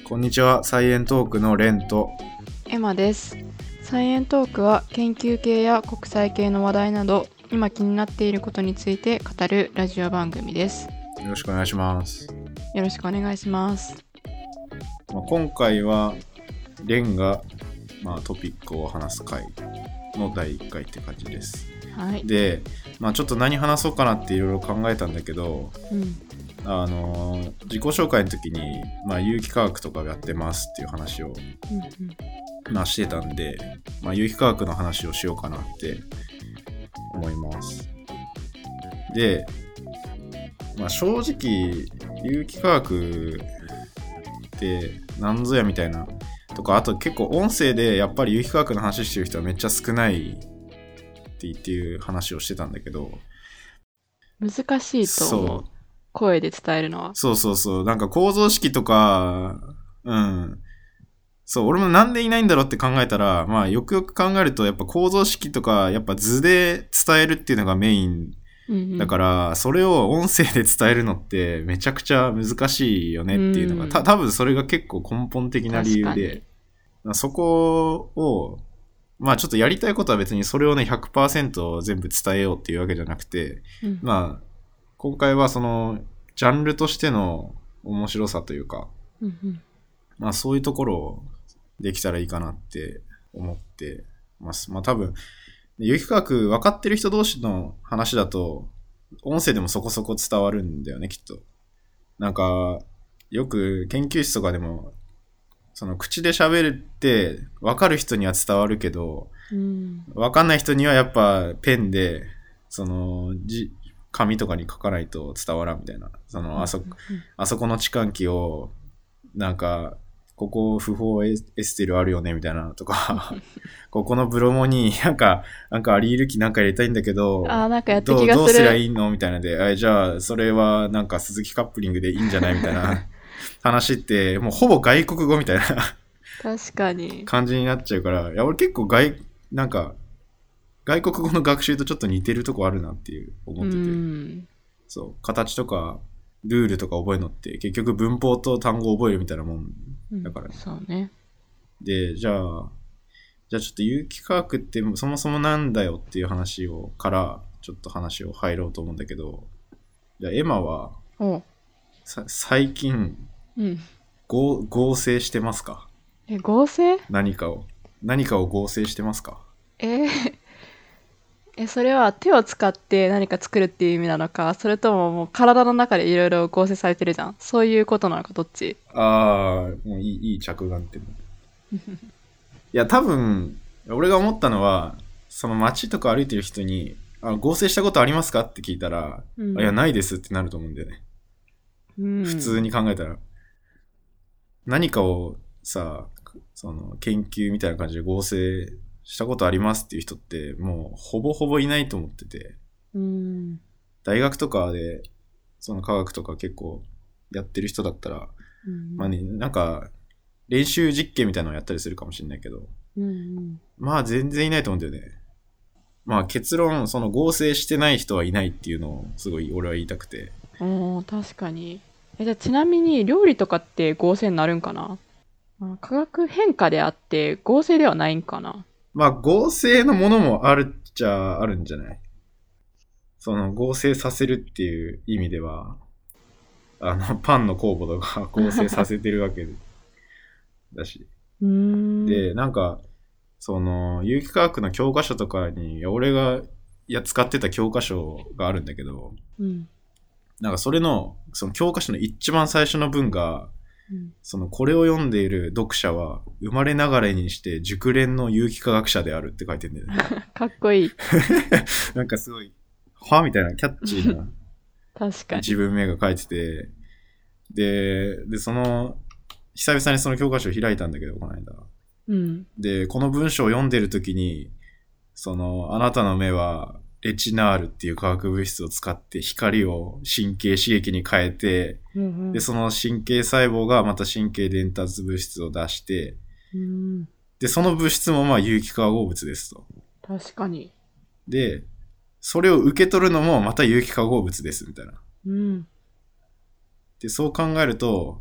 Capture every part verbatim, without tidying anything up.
こんにちは、サイエントークのレンとエマです。サイエントークは研究系や国際系の話題など今気になっていることについて語るラジオ番組です。 よろしくお願いします。 よろしくお願いします。 まあ、今回はレンが、まあ、トピックを話す回のだいいっかいって感じです。 はい。 で、まあ、ちょっと何話そうかなっていろいろ考えたんだけど、 うんあのー自己紹介の時に、まあ、有機化学とかやってますっていう話を、 うんまあ、してたんで、まあ、有機化学の話をしようかなって思います。で、まあ、正直有機化学って何ぞやみたいなとか、あと結構音声でやっぱり有機化学の話してる人はめっちゃ少ないってっていう話をしてたんだけど、 うん、難しいと思う。 そう声で伝えるのは。 そうそうそうなんか構造式とか、うんそう俺もなんでいないんだろうって考えたら、まあよくよく考えるとやっぱ構造式とかやっぱ図で伝えるっていうのがメインうんうん、 だからそれを音声で伝えるのってめちゃくちゃ難しいよねっていうのが、 うん、 た多分それが結構根本的な理由で、そこをまあちょっとやりたいことは別にそれをね ひゃくパーセント 全部伝えようっていうわけじゃなくて、 うん、 まあ今回はそのジャンルとしての面白さというか、 うんうん、 まあそういうところをできたらいいかなって思ってます。まあ多分有機化学分かってる人同士の話だと音声でもそこそこ伝わるんだよねきっと。なんかよく研究室とかでもその口で喋るって分かる人には伝わるけど、 うん、 分かんない人にはやっぱペンでそのじ紙とかに書かないと伝わらんみたいな、そのあそ、うんうん、あそこの置換機をなんかここ不法エステルあるよねみたいなとかここのブロモになんかなんかアリール機なんか入れたいんだけど、 あなんかやった気がする。 どうどうすりゃいいのみたいなで、あじゃあそれはなんか鈴木カップリングでいいんじゃないみたいな話ってもうほぼ外国語みたいな確かに感じになっちゃうから、いや俺結構外なんか外国語の学習とちょっと似てるとこあるなっていう思ってて、うん、そう形とかルールとか覚えるのって結局文法と単語を覚えるみたいなもんだからね、 うん、そうね。 でじゃあじゃあちょっと有機化学ってそもそもなんだよっていう話をからちょっと話を入ろうと思うんだけど、じゃあエマはさ最近、うん、合, 合成してますか？ え合成？ 何かを何かを合成してますか？ えーえ、それは手を使って何か作るっていう意味なのか、それとももう体の中でいろいろ合成されてるじゃん。そういうことなのか、どっち？ ああ、もういい、いい着眼点。いや、多分、俺が思ったのは、その街とか歩いてる人に、あ合成したことありますかって聞いたら、うん、いや、ないですってなると思うんだよね。うん、普通に考えたら。何かをさ、その研究みたいな感じで合成したことありますっていう人ってもうほぼほぼいないと思ってて、うん、大学とかでその科学とか結構やってる人だったら、うん、まあね、なんか練習実験みたいなのをやったりするかもしれないけど、うん、まあ全然いないと思うんだよね。まあ結論その合成してない人はいないっていうのをすごい俺は言いたくて。 お確かに。えじゃあちなみに料理とかって合成になるんかな？化学変化であって合成ではないんかな？ まあ合成のものもあるっちゃあるんじゃない？その合成させるっていう意味ではあのパンの酵母とか合成させてるわけだしうーんでなんかその有機化学の教科書とかに俺がいや使ってた教科書があるんだけど、うん、なんかそれのその教科書の一番最初の文がうん、そのこれを読んでいる読者は生まれながらにして熟練の有機化学者であるって書いてるんだよねかっこいいなんかすごいはみたいなキャッチーな確かに一文目が書いててででその久々にその教科書を開いたんだけどこの間、うん、でこの文章を読んでる時にそのあなたの目はレチナールっていう化学物質を使って光を神経刺激に変えて、うんうん、でその神経細胞がまた神経伝達物質を出して、うん、でその物質もまあ有機化合物ですと。 確かに。 でそれを受け取るのもまた有機化合物ですみたいな、うん、でそう考えると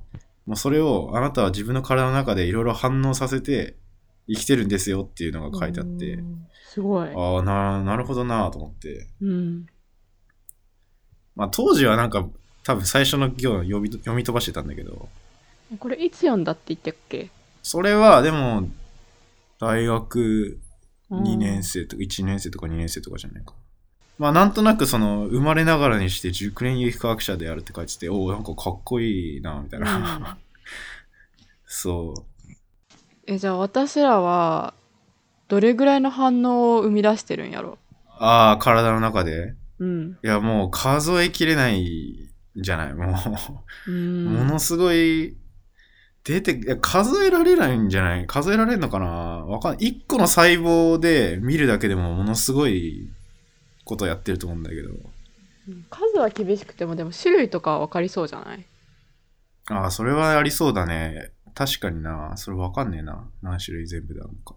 もうそれをあなたは自分の体の中でいろいろ反応させて生きてるんですよっていうのが書いてあって、 すごい。 ああ、な、なるほどなと思って。 うん。 まあ当時はなんか多分最初の行読み読み飛ばしてたんだけど。 これいつ読んだって言ったっけ？ それはでも大学にねん生とかいちねん生とかにねん生とかじゃないか。まあなんとなくその生まれながらにして熟練有機化学者であるって書いてて、おおなんかかっこいいなみたいな、うん、そうえじゃあ私らはどれぐらいの反応を生み出してるんやろ？ ああ体の中で、 うん、 いやもう数えきれないんじゃないもう、うん、ものすごい出て、いや数えられないんじゃない数えられるのかなわかんない。一個の細胞で見るだけでもものすごいことやってると思うんだけど、 数は厳しくてもでも種類とかは分かりそうじゃない？ ああそれはありそうだね。確かにな。それ分かんねえな。何種類全部であるのか。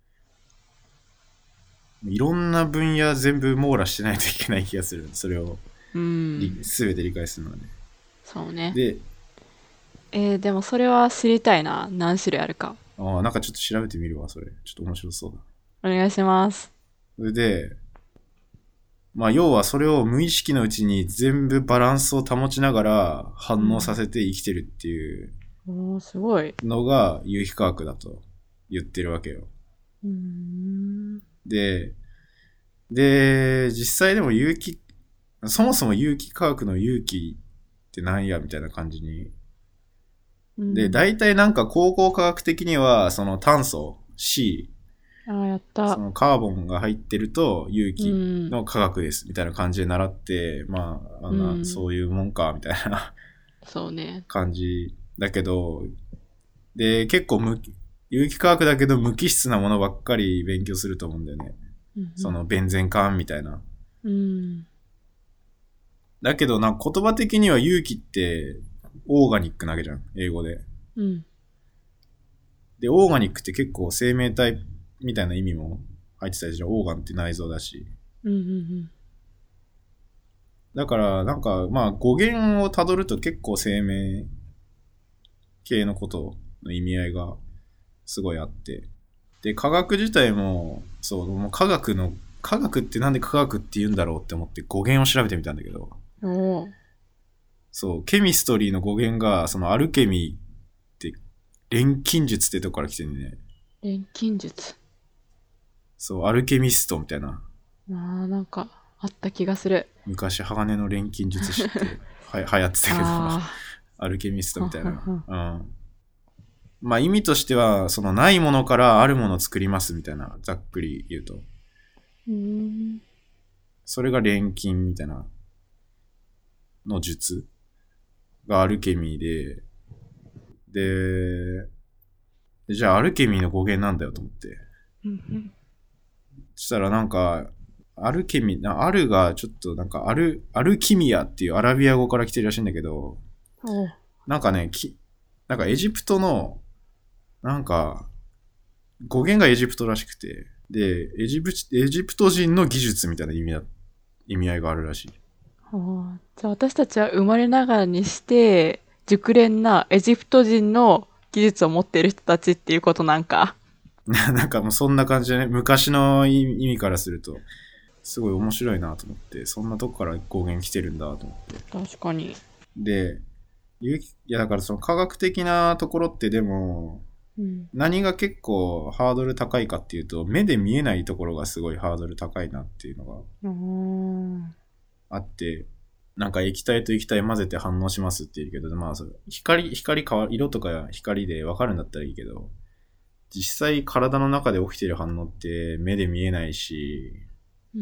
いろんな分野全部網羅してないといけない気がする。それを全て理解するのはね。 そうね。 で、 えー、でもそれは知りたいな。何種類あるか。 ああなんかちょっと調べてみるわそれ。ちょっと面白そうだ。お願いします。 それでまあ要はそれを無意識のうちに全部バランスを保ちながら反応させて生きてるっていうおーすごいのが有機化学だと言ってるわけよ。 うーんで、で、実際でも有機、そもそも有機化学の有機ってなんやみたいな感じに。で、大体なんか高校科学的にはその炭素 C、 ああやったそのカーボンが入ってると有機の化学ですみたいな感じで習って、まあ、あんなそういうもんかみたいなそうね感じだけど、で結構無有機化学だけど無機質なものばっかり勉強すると思うんだよね。うん、そのベンゼン環みたいな。うん、だけどな言葉的には有機ってオーガニックなわけじゃん英語で。うん、でオーガニックって結構生命体みたいな意味も入ってたりする。オーガンって内臓だし。うんうんうん、だからなんかまあ語源をたどると結構生命系のことの意味合いがすごいあって、で科学自体もそうもう科学の科学ってなんで科学って言うんだろうって思って語源を調べてみたんだけど、おそうケミストリーの語源がそのアルケミーって錬金術ってとこから来てるね。 錬金術。 そうアルケミストみたいな。 あーなんかあった気がする。 昔鋼の錬金術師っては流行ってたけどアルケミストみたいな。うんまあ意味としてはそのないものからあるものを作りますみたいな、ざっくり言うと。うーんそれが錬金みたいなの術がアルケミーで、で、でじゃあアルケミーの語源なんだよと思って。そしたらなんかアルケミー、アルがちょっとなんかアルアルキミアっていうアラビア語から来てるらしいんだけど、なんかね、きなんかエジプトのなんか語源がエジプトらしくて、でエジプエジプト人の技術みたいな意味だ意味合いがあるらしい。 はあ、じゃあ私たちは生まれながらにして熟練なエジプト人の技術を持っている人たちっていうことなんか。 なんかもうそんな感じでね、昔の意味からするとすごい面白いなと思って、そんなとこから語源来てるんだと思って。 確かに。 で、いやだからその科学的なところってでも、うん、何が結構ハードル高いかっていうと、目で見えないところがすごいハードル高いなっていうのがあって、なんか液体と液体混ぜて反応しますって言うけど、まあそれ光光変わ色とか光で分かるんだったらいいけど、実際体の中で起きてる反応って目で見えないし、うん、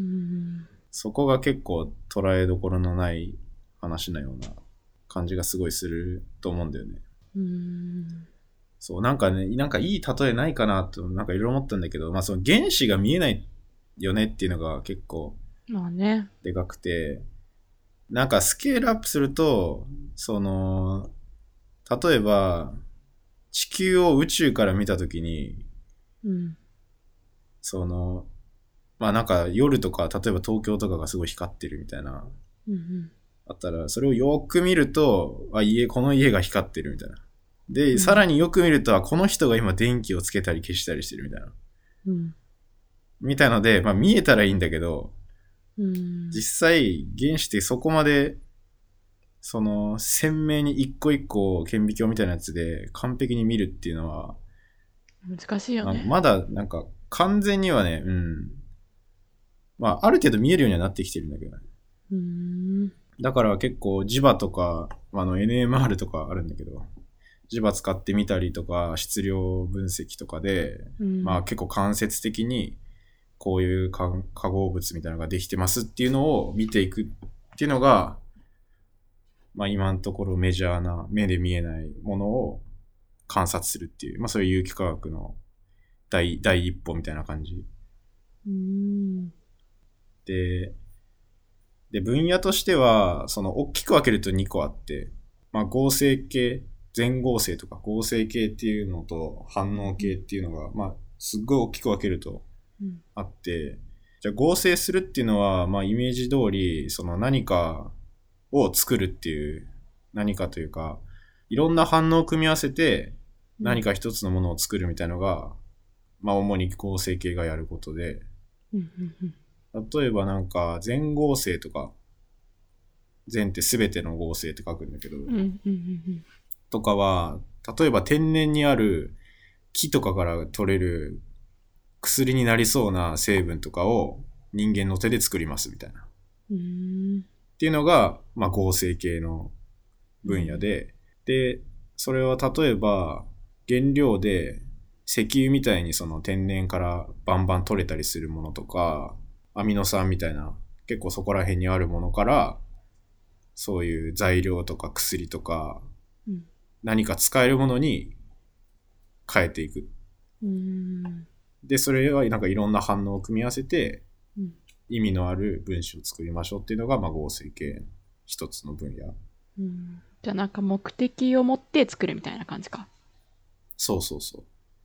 そこが結構捉えどころのない話のような感じがすごいすると思うんだよね。うんそうなんかね、なんかいい例えないかなとなんかいろいろ思ったんだけど、まあその原子が見えないよねっていうのが結構でかくて、なんかスケールアップすると、その例えば地球を宇宙から見たときに、うん、そのまあなんか夜とか例えば東京とかがすごい光ってるみたいな、うんうん、あったらそれをよく見ると、あ家この家が光ってるみたいな。 で、うん、さらによく見ると、この人が今電気をつけたり消したりしてるみたいな。 うん、 みたいので、まあ見えたらいいんだけど、 うん、 実際原子ってそこまで、その鮮明に一個一個顕微鏡みたいなやつで完璧に見るっていうのは、 難しいよね。 まだなんか完全にはね、うん。まあある程度見えるようにはなってきてるんだけどね。 うーん。 だから結構磁場とか、あの エヌエムアール とかあるんだけど、磁場使ってみたりとか、質量分析とかで、 うん、 まあ結構間接的にこういう化合物みたいなのができてますっていうのを見ていくっていうのが、まあ今のところメジャーな目で見えないものを観察するっていう、まあそういう有機化学の第、第一歩みたいな感じ。 うーん。 で、で、分野としては、その大きく分けるとにこあって、まあ合成系、全合成とか合成系っていうのと反応系っていうのが、まあすっごい大きく分けるとあって、うん、じゃあ合成するっていうのは、まあイメージ通り、その何かを作るっていう、何かというか、いろんな反応を組み合わせて何か一つのものを作るみたいなのが、まあ主に合成系がやることで、例えばなんか全合成とか、全ってすべての合成って書くんだけど、とかは、例えば天然にある木とかから取れる薬になりそうな成分とかを人間の手で作りますみたいな。 うーんっていうのが、まあ合成系の分野で、で、それは例えば原料で石油みたいにその天然からバンバン取れたりするものとか、アミノ酸みたいな結構そこら辺にあるものからそういう材料とか薬とか、うん、何か使えるものに変えていく。 うーんで、それはなんかいろんな反応を組み合わせて、うん、意味のある分子を作りましょうっていうのがまあ合成系一つの分野。 うん、じゃあなんか目的を持って作るみたいな感じか。 そうそうそう。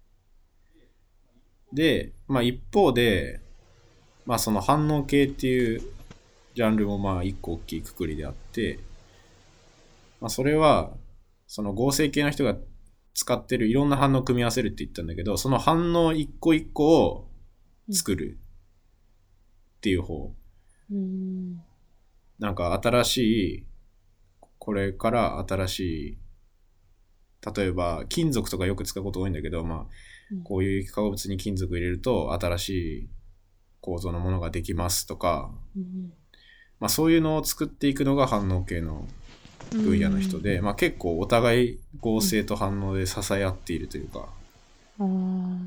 で、まあ一方で、まあその反応系っていうジャンルもまあ一個大きいくくりであって、まあそれはその合成系の人が使ってるいろんな反応を組み合わせるって言ったんだけど、その反応一個一個を作るっていう方。 うん、 なんか新しい、これから新しい、例えば金属とかよく使うこと多いんだけど、まあこういう化合物に金属入れると新しい構造のものができますとか、 うんまあ、そういうのを作っていくのが反応系の分野の人で、まあ、結構お互い合成と反応で支え合っているというか、 うん、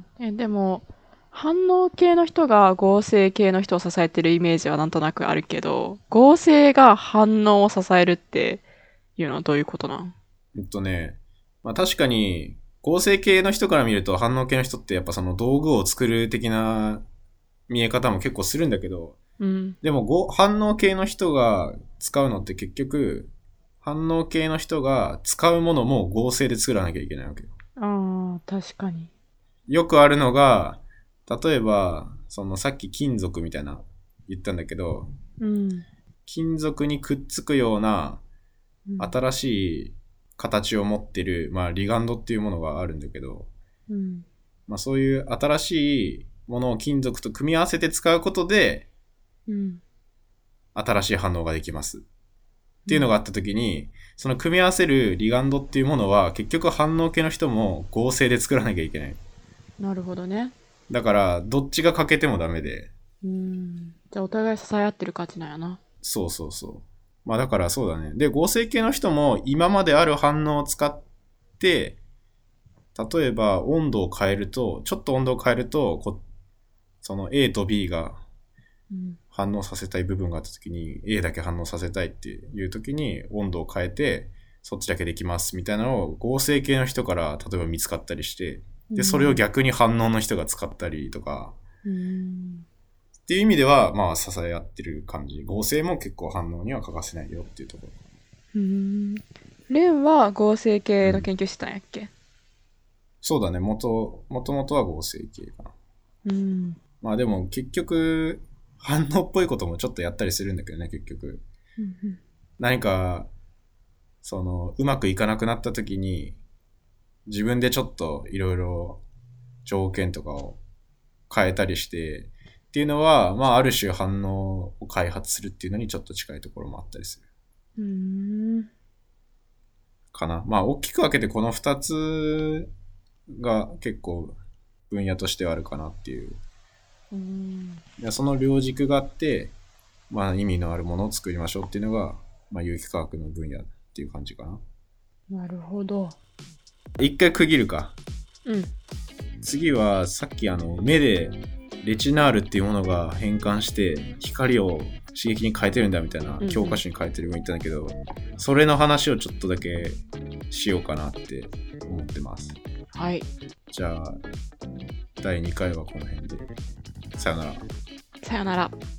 えでも反応系の人が合成系の人を支えてるイメージはなんとなくあるけど、合成が反応を支えるっていうのはどういうことなん？ えっとね、まあ、確かに合成系の人から見ると反応系の人ってやっぱその道具を作る的な見え方も結構するんだけど、 うん、 でも反応系の人が使うのって結局反応系の人が使うものも合成で作らなきゃいけないわけよ。 ああ、確かに。 よくあるのが、例えばそのさっき金属みたいな言ったんだけど、 うん、 金属にくっつくような新しい形を持ってる、まあリガンドっていうものがあるんだけど、 うん、 まあそういう新しいものを金属と組み合わせて使うことで、 うん、 新しい反応ができますっていうのがあったときに、うん、その組み合わせるリガンドっていうものは結局反応系の人も合成で作らなきゃいけない。 なるほどね。 だからどっちが欠けてもダメで、 うーんじゃあお互い支え合ってる感じなんやな。 そうそうそう。まあだからそうだね。で、合成系の人も今まである反応を使って、例えば温度を変えると、ちょっと温度を変えると、こその A と B が反応させたい部分があったときに、A だけ反応させたいっていうときに温度を変えて、そっちだけできますみたいなのを合成系の人から例えば見つかったりして、で、それを逆に反応の人が使ったりとか、 うんっていう意味では、まあ支え合ってる感じ。合成も結構反応には欠かせないよっていうところ。 うーんレンは合成系の研究してたんやっけ？うん、 そうだね。もと、もともとは合成系かな。 うん。 まあでも結局、反応っぽいこともちょっとやったりするんだけどね、結局。 うんうん、 何か、その、うまくいかなくなった時に、 自分でちょっといろいろ条件とかを変えたりしてっていうのは、まあある種反応を開発するっていうのにちょっと近いところもあったりする。 うーん。 かな。まあ大きく分けてこのふたつが結構分野としてはあるかなっていう。 うーん。 いやその両軸があって、まあ意味のあるものを作りましょうっていうのが、まあ有機化学の分野っていう感じかな。 なるほど。 一回区切るか。 うん。 次はさっきあの目でレチナールっていうものが変換して光を刺激に変えてるんだみたいな教科書に書いてるように言ったんだけど、うんうん、それの話をちょっとだけしようかなって思ってます。 はい。 じゃあだいにかいはこの辺で。さよなら。 さよなら。